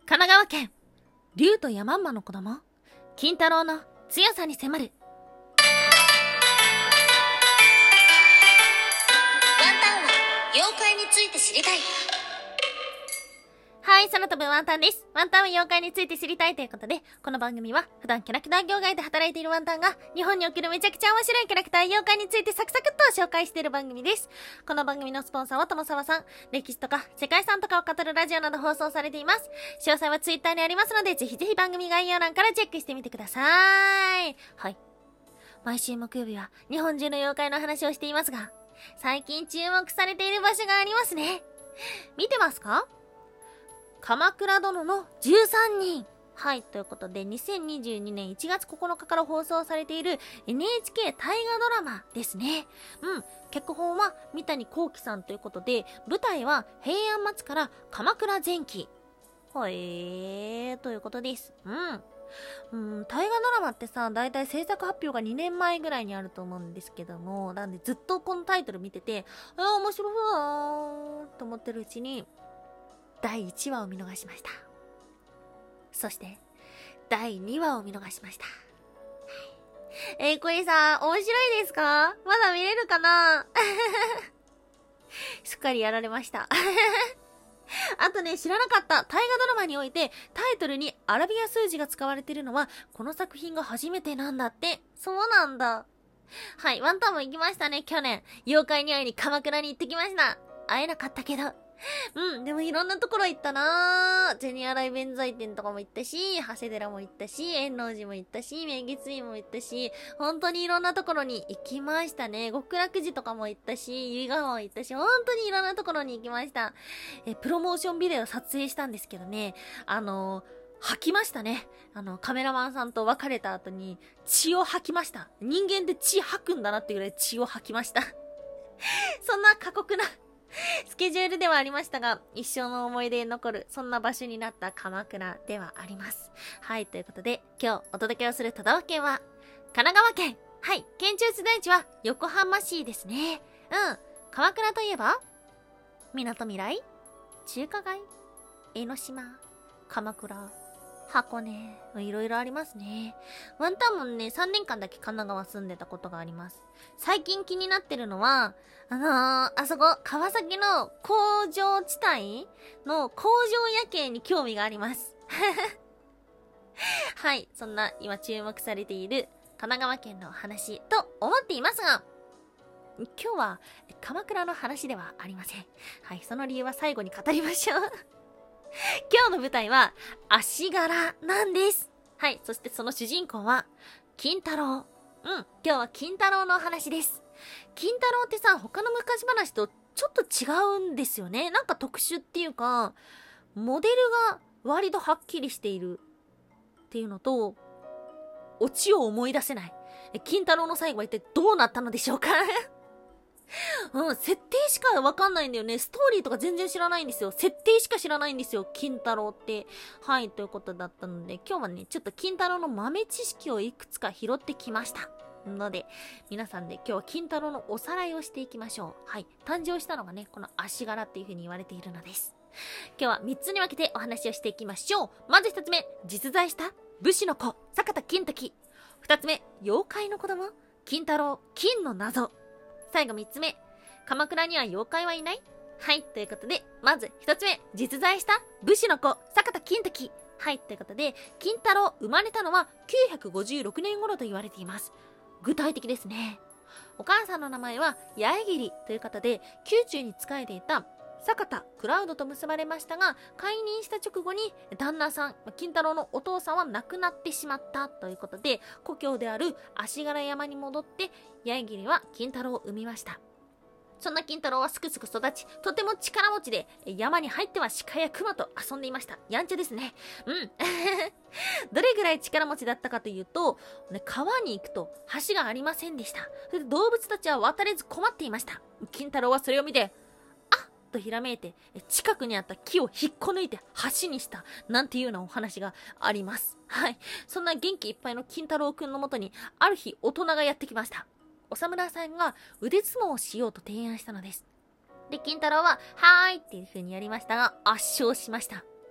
神奈川県、竜と山馬の子供、金太郎の強さに迫る。 ワンタンは妖怪について知りたい。 はい、空飛ぶワンタンです。ワンタンは妖怪について知りたいということで、この番組は普段キャラクター業界で働いているワンタンが日本におけるめちゃくちゃ面白いキャラクター妖怪についてサクサクっと紹介している番組です。この番組のスポンサーは友沢さん。歴史とか世界遺産とかを語るラジオなど放送されています。詳細はツイッターにありますので、ぜひぜひ番組概要欄からチェックしてみてください。はい。毎週木曜日は日本中の妖怪の話をしていますが、最近注目されている場所がありますね。見てますか？鎌倉殿の13人。はい、ということで2022年1月9日から放送されている NHK 大河ドラマですね。脚本は三谷幸喜さんということで、舞台は平安末から鎌倉前期。ということです。大河ドラマってさ、だいたい制作発表が2年前ぐらいにあると思うんですけども、なんでずっとこのタイトル見てて、面白そうだなーと思ってるうちに、第1話を見逃しました。そして第2話を見逃しました。これさ、面白いですか？まだ見れるかなすっかりやられましたあとね、知らなかった。大河ドラマにおいてタイトルにアラビア数字が使われているのはこの作品が初めてなんだって。そうなんだ。はい、ワンタンも行きましたね。去年妖怪に会いに鎌倉に行ってきました。会えなかったけど、でもいろんなところ行ったなぁ。銭洗弁財天とかも行ったし、長谷寺も行ったし、円応寺も行ったし、明月院も行ったし、本当にいろんなところに行きましたね。極楽寺とかも行ったし、由比ヶ浜も行ったし、本当にいろんなところに行きました。プロモーションビデオ撮影したんですけどね、吐きましたね。カメラマンさんと別れた後に血を吐きました。人間で血吐くんだなっていうぐらい血を吐きましたそんな過酷なスケジュールではありましたが、一生の思い出に残る、そんな場所になった鎌倉ではあります。はい、ということで、今日お届けをする都道府県は、神奈川県。はい、県庁所在地は横浜市ですね。鎌倉といえば、みなとみらい、中華街、江ノ島、鎌倉、箱根、いろいろありますね。ワンタンもね、3年間だけ神奈川住んでたことがあります。最近気になってるのは、あそこ、川崎の工場地帯の工場夜景に興味があります。はい、そんな今注目されている神奈川県の話と思っていますが、今日は鎌倉の話ではありません。はい、その理由は最後に語りましょう。今日の舞台は足柄なんです。はい、そしてその主人公は金太郎。今日は金太郎のお話です。金太郎ってさ、他の昔話とちょっと違うんですよね。なんか特殊っていうか、モデルが割とはっきりしているっていうのと、オチを思い出せない。金太郎の最後は一体どうなったのでしょうか設定しかわかんないんだよね。ストーリーとか全然知らないんですよ。設定しか知らないんですよ、金太郎って。はい、ということだったので、今日はね、ちょっと金太郎の豆知識をいくつか拾ってきました。ので、皆さんで今日は金太郎のおさらいをしていきましょう。はい、誕生したのがね、この足柄っていう風に言われているのです。今日は3つに分けてお話をしていきましょう。まず1つ目、実在した武士の子、坂田金時。2つ目、妖怪の子供、金太郎、金の謎。最後3つ目、鎌倉には妖怪はいない？はい、ということで、まず1つ目、実在した武士の子、坂田金時。はい、ということで、金太郎生まれたのは956年頃と言われています。具体的ですね。お母さんの名前は八重桐という方で、宮中に仕えていた坂田クラウドと結ばれましたが、解任した直後に旦那さん、金太郎のお父さんは亡くなってしまったということで、故郷である足柄山に戻って八重桐は金太郎を産みました。そんな金太郎はすくすく育ち、とても力持ちで、山に入っては鹿や熊と遊んでいました。やんちゃですね。どれぐらい力持ちだったかというと、川に行くと橋がありませんでした。それで動物たちは渡れず困っていました。金太郎はそれを見て、とひらめいて、近くにあった木を引っこ抜いて橋にした、なんていうようなお話があります。はい。そんな元気いっぱいの金太郎くんのもとに、ある日大人がやってきました。お侍さんが腕相撲をしようと提案したのです。で、金太郎は、はーいっていう風にやりましたが、圧勝しました。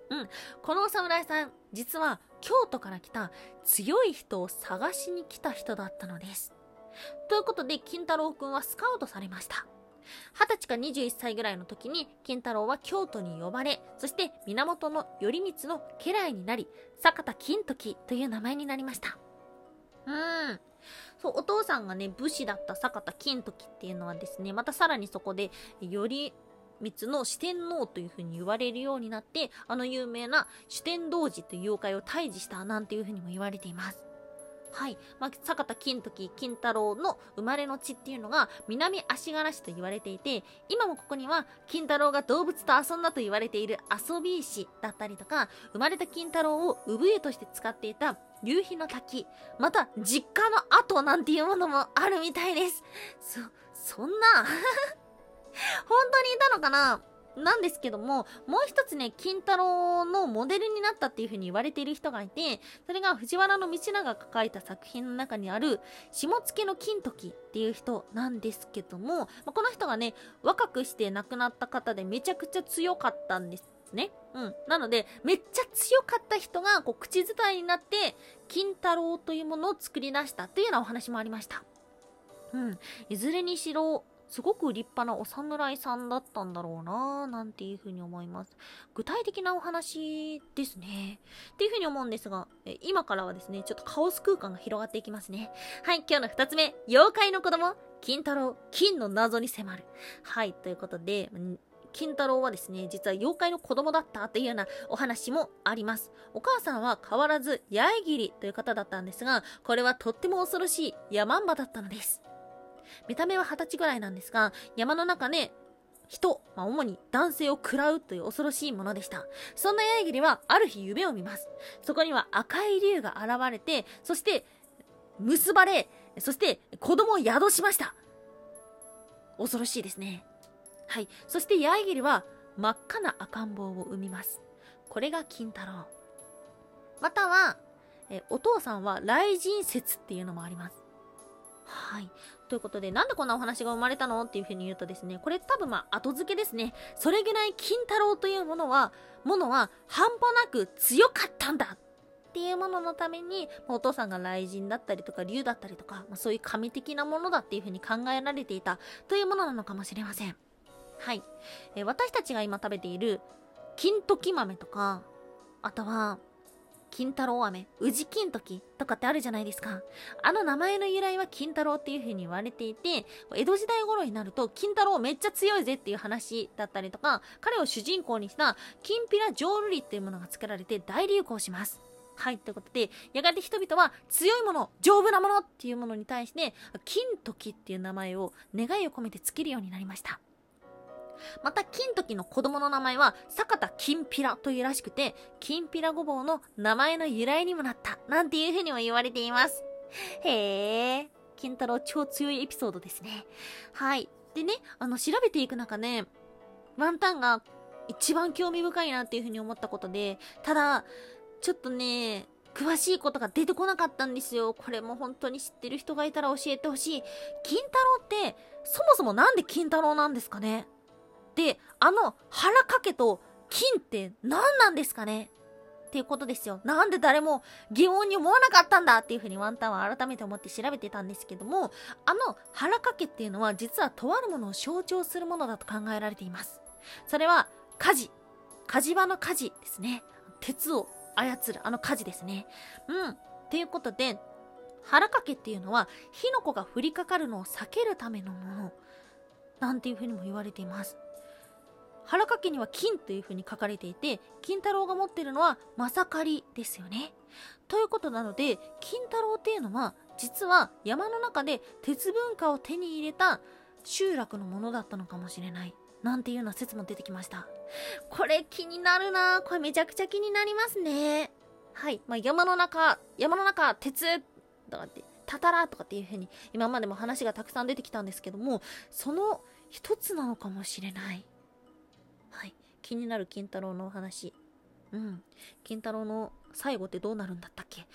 このお侍さん、実は京都から来た強い人を探しに来た人だったのです。ということで、金太郎くんはスカウトされました。20歳か21歳ぐらいの時に金太郎は京都に呼ばれ、そして源頼光の家来になり、坂田金時という名前になりました。そう、お父さんがね、武士だった坂田金時っていうのはですね、またさらにそこで頼光の四天王という風に言われるようになって、有名な酒呑童子という妖怪を退治したなんていう風にも言われています。はい。坂田金時、金太郎の生まれの地っていうのが南足柄市と言われていて、今もここには金太郎が動物と遊んだと言われている遊び石だったりとか、生まれた金太郎を産湯として使っていた夕日の滝、また実家の跡なんていうものもあるみたいです。そんな本当にいたのかななんですけども、もう一つね、金太郎のモデルになったっていう風に言われている人がいて、それが藤原道長が書いた作品の中にある下野の金時っていう人なんですけども、この人がね、若くして亡くなった方でめちゃくちゃ強かったんですね。なので、めっちゃ強かった人が口伝えになって、金太郎というものを作り出したっていうようなお話もありました。いずれにしろ、すごく立派なお侍さんだったんだろうなぁなんていうふうに思います。具体的なお話ですね。っていうふうに思うんですが、今からはですね、ちょっとカオス空間が広がっていきますね。はい、今日の2つ目、妖怪の子供、金太郎、金の謎に迫る。はい、ということで、金太郎はですね、実は妖怪の子供だったというようなお話もあります。お母さんは変わらず八重桐という方だったんですが、これはとっても恐ろしい山姥だったのです。見た目は20歳ぐらいなんですが、山の中で人、主に男性を食らうという恐ろしいものでした。そんな八重桐はある日夢を見ます。そこには赤い竜が現れて、そして結ばれ、そして子供を宿しました。恐ろしいですね。はい。そして八重桐は真っ赤な赤ん坊を産みます。これが金太郎。または、お父さんは雷神説っていうのもあります。はい。ということで、なんでこんなお話が生まれたのっていうふうに言うとですね、これ多分後付けですね。それぐらい金太郎というものは半端なく強かったんだっていうもののために、お父さんが雷神だったりとか竜だったりとか、そういう神的なものだっていうふうに考えられていたというものなのかもしれません。はい。私たちが今食べている金時豆とか、あとは金太郎飴、宇治金時とかってあるじゃないですか。名前の由来は金太郎っていう風に言われていて、江戸時代頃になると金太郎めっちゃ強いぜっていう話だったりとか、彼を主人公にした金ピラ浄瑠璃っていうものが作られて大流行します。はい、ということで、やがて人々は強いもの、丈夫なものっていうものに対して、金時っていう名前を願いを込めてつけるようになりました。また金時の子供の名前は坂田金ピラというらしくて、金ピラごぼうの名前の由来にもなったなんていう風にも言われています。へー、金太郎超強いエピソードですね。はい。でね、調べていく中で、ワンタンが一番興味深いなっていう風に思ったことで、ただちょっとね、詳しいことが出てこなかったんですよ。これも本当に知ってる人がいたら教えてほしい。金太郎ってそもそもなんで金太郎なんですかね。で、腹掛けと金って何なんですかねっていうことですよ。なんで誰も疑問に思わなかったんだっていうふうにワンタンは改めて思って調べてたんですけども、腹掛けっていうのは実はとあるものを象徴するものだと考えられています。それは火事場の火事ですね。鉄を操る火事ですね。っていうことで、腹掛けっていうのは火の粉が降りかかるのを避けるためのものなんていうふうにも言われています。腹掛けには金という風に書かれていて、金太郎が持っているのはまさかりですよね。ということなので、金太郎っていうのは実は山の中で鉄文化を手に入れた集落のものだったのかもしれないなんていうような説も出てきました。これ気になるな。これめちゃくちゃ気になりますね。はい。山の中鉄とかってたたらとかっていう風に今までも話がたくさん出てきたんですけども、その一つなのかもしれない。はい。気になる金太郎のお話。金太郎の最後ってどうなるんだったっけ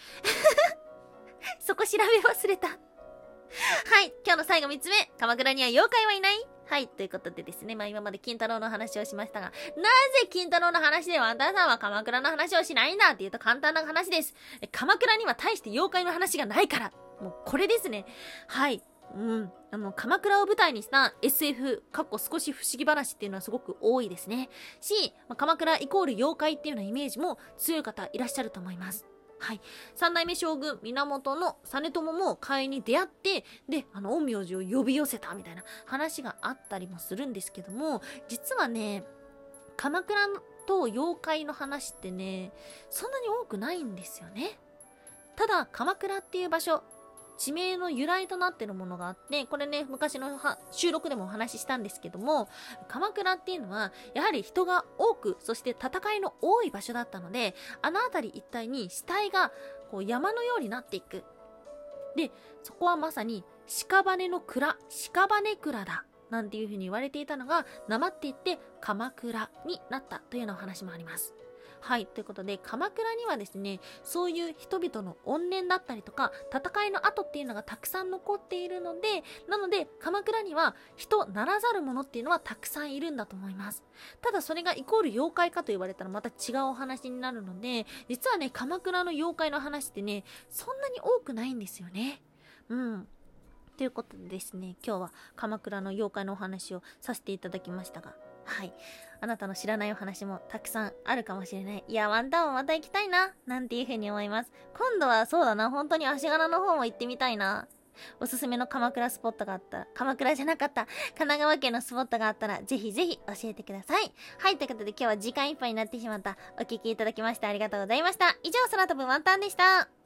そこ調べ忘れた。はい。今日の最後3つ目。鎌倉には妖怪はいない？ はい、ということでですね、今まで金太郎の話をしましたが、なぜ金太郎の話でワンタンさんは鎌倉の話をしないんだっていうと簡単な話です。鎌倉には大して妖怪の話がないから。もうこれですね。はい。鎌倉を舞台にした SF 少し不思議話っていうのはすごく多いですね。鎌倉イコール妖怪っていうようなイメージも強い方いらっしゃると思います。はい。三代目将軍源の実朝も海に出会って、で、陰陽師を呼び寄せたみたいな話があったりもするんですけども、実はね、鎌倉と妖怪の話ってね、そんなに多くないんですよね。ただ、鎌倉っていう場所、地名の由来となっているものがあって、これね、昔の収録でもお話ししたんですけども、鎌倉っていうのは、やはり人が多く、そして戦いの多い場所だったので、あの辺り一帯に死体がこう山のようになっていく。で、そこはまさに屍の蔵、屍蔵だ。なんていう風に言われていたのが、なまっていって鎌倉になったというようなお話もあります。はい。ということで、鎌倉にはですね、そういう人々の怨念だったりとか、戦いの跡っていうのがたくさん残っているので、なので、鎌倉には人ならざるものっていうのはたくさんいるんだと思います。ただ、それがイコール妖怪かと言われたらまた違うお話になるので、実はね、鎌倉の妖怪の話ってね、そんなに多くないんですよね。ということでですね、今日は鎌倉の妖怪のお話をさせていただきましたが、はい。あなたの知らないお話もたくさんあるかもしれない。いや、ワンタンもまた行きたいな、なんていう風に思います。今度はそうだな、本当に足柄の方も行ってみたいな。おすすめの鎌倉スポットがあったら、鎌倉じゃなかった、神奈川県のスポットがあったら、ぜひぜひ教えてください。はい、ということで今日は時間いっぱいになってしまった。お聞きいただきましてありがとうございました。以上、空飛ぶワンタンでした。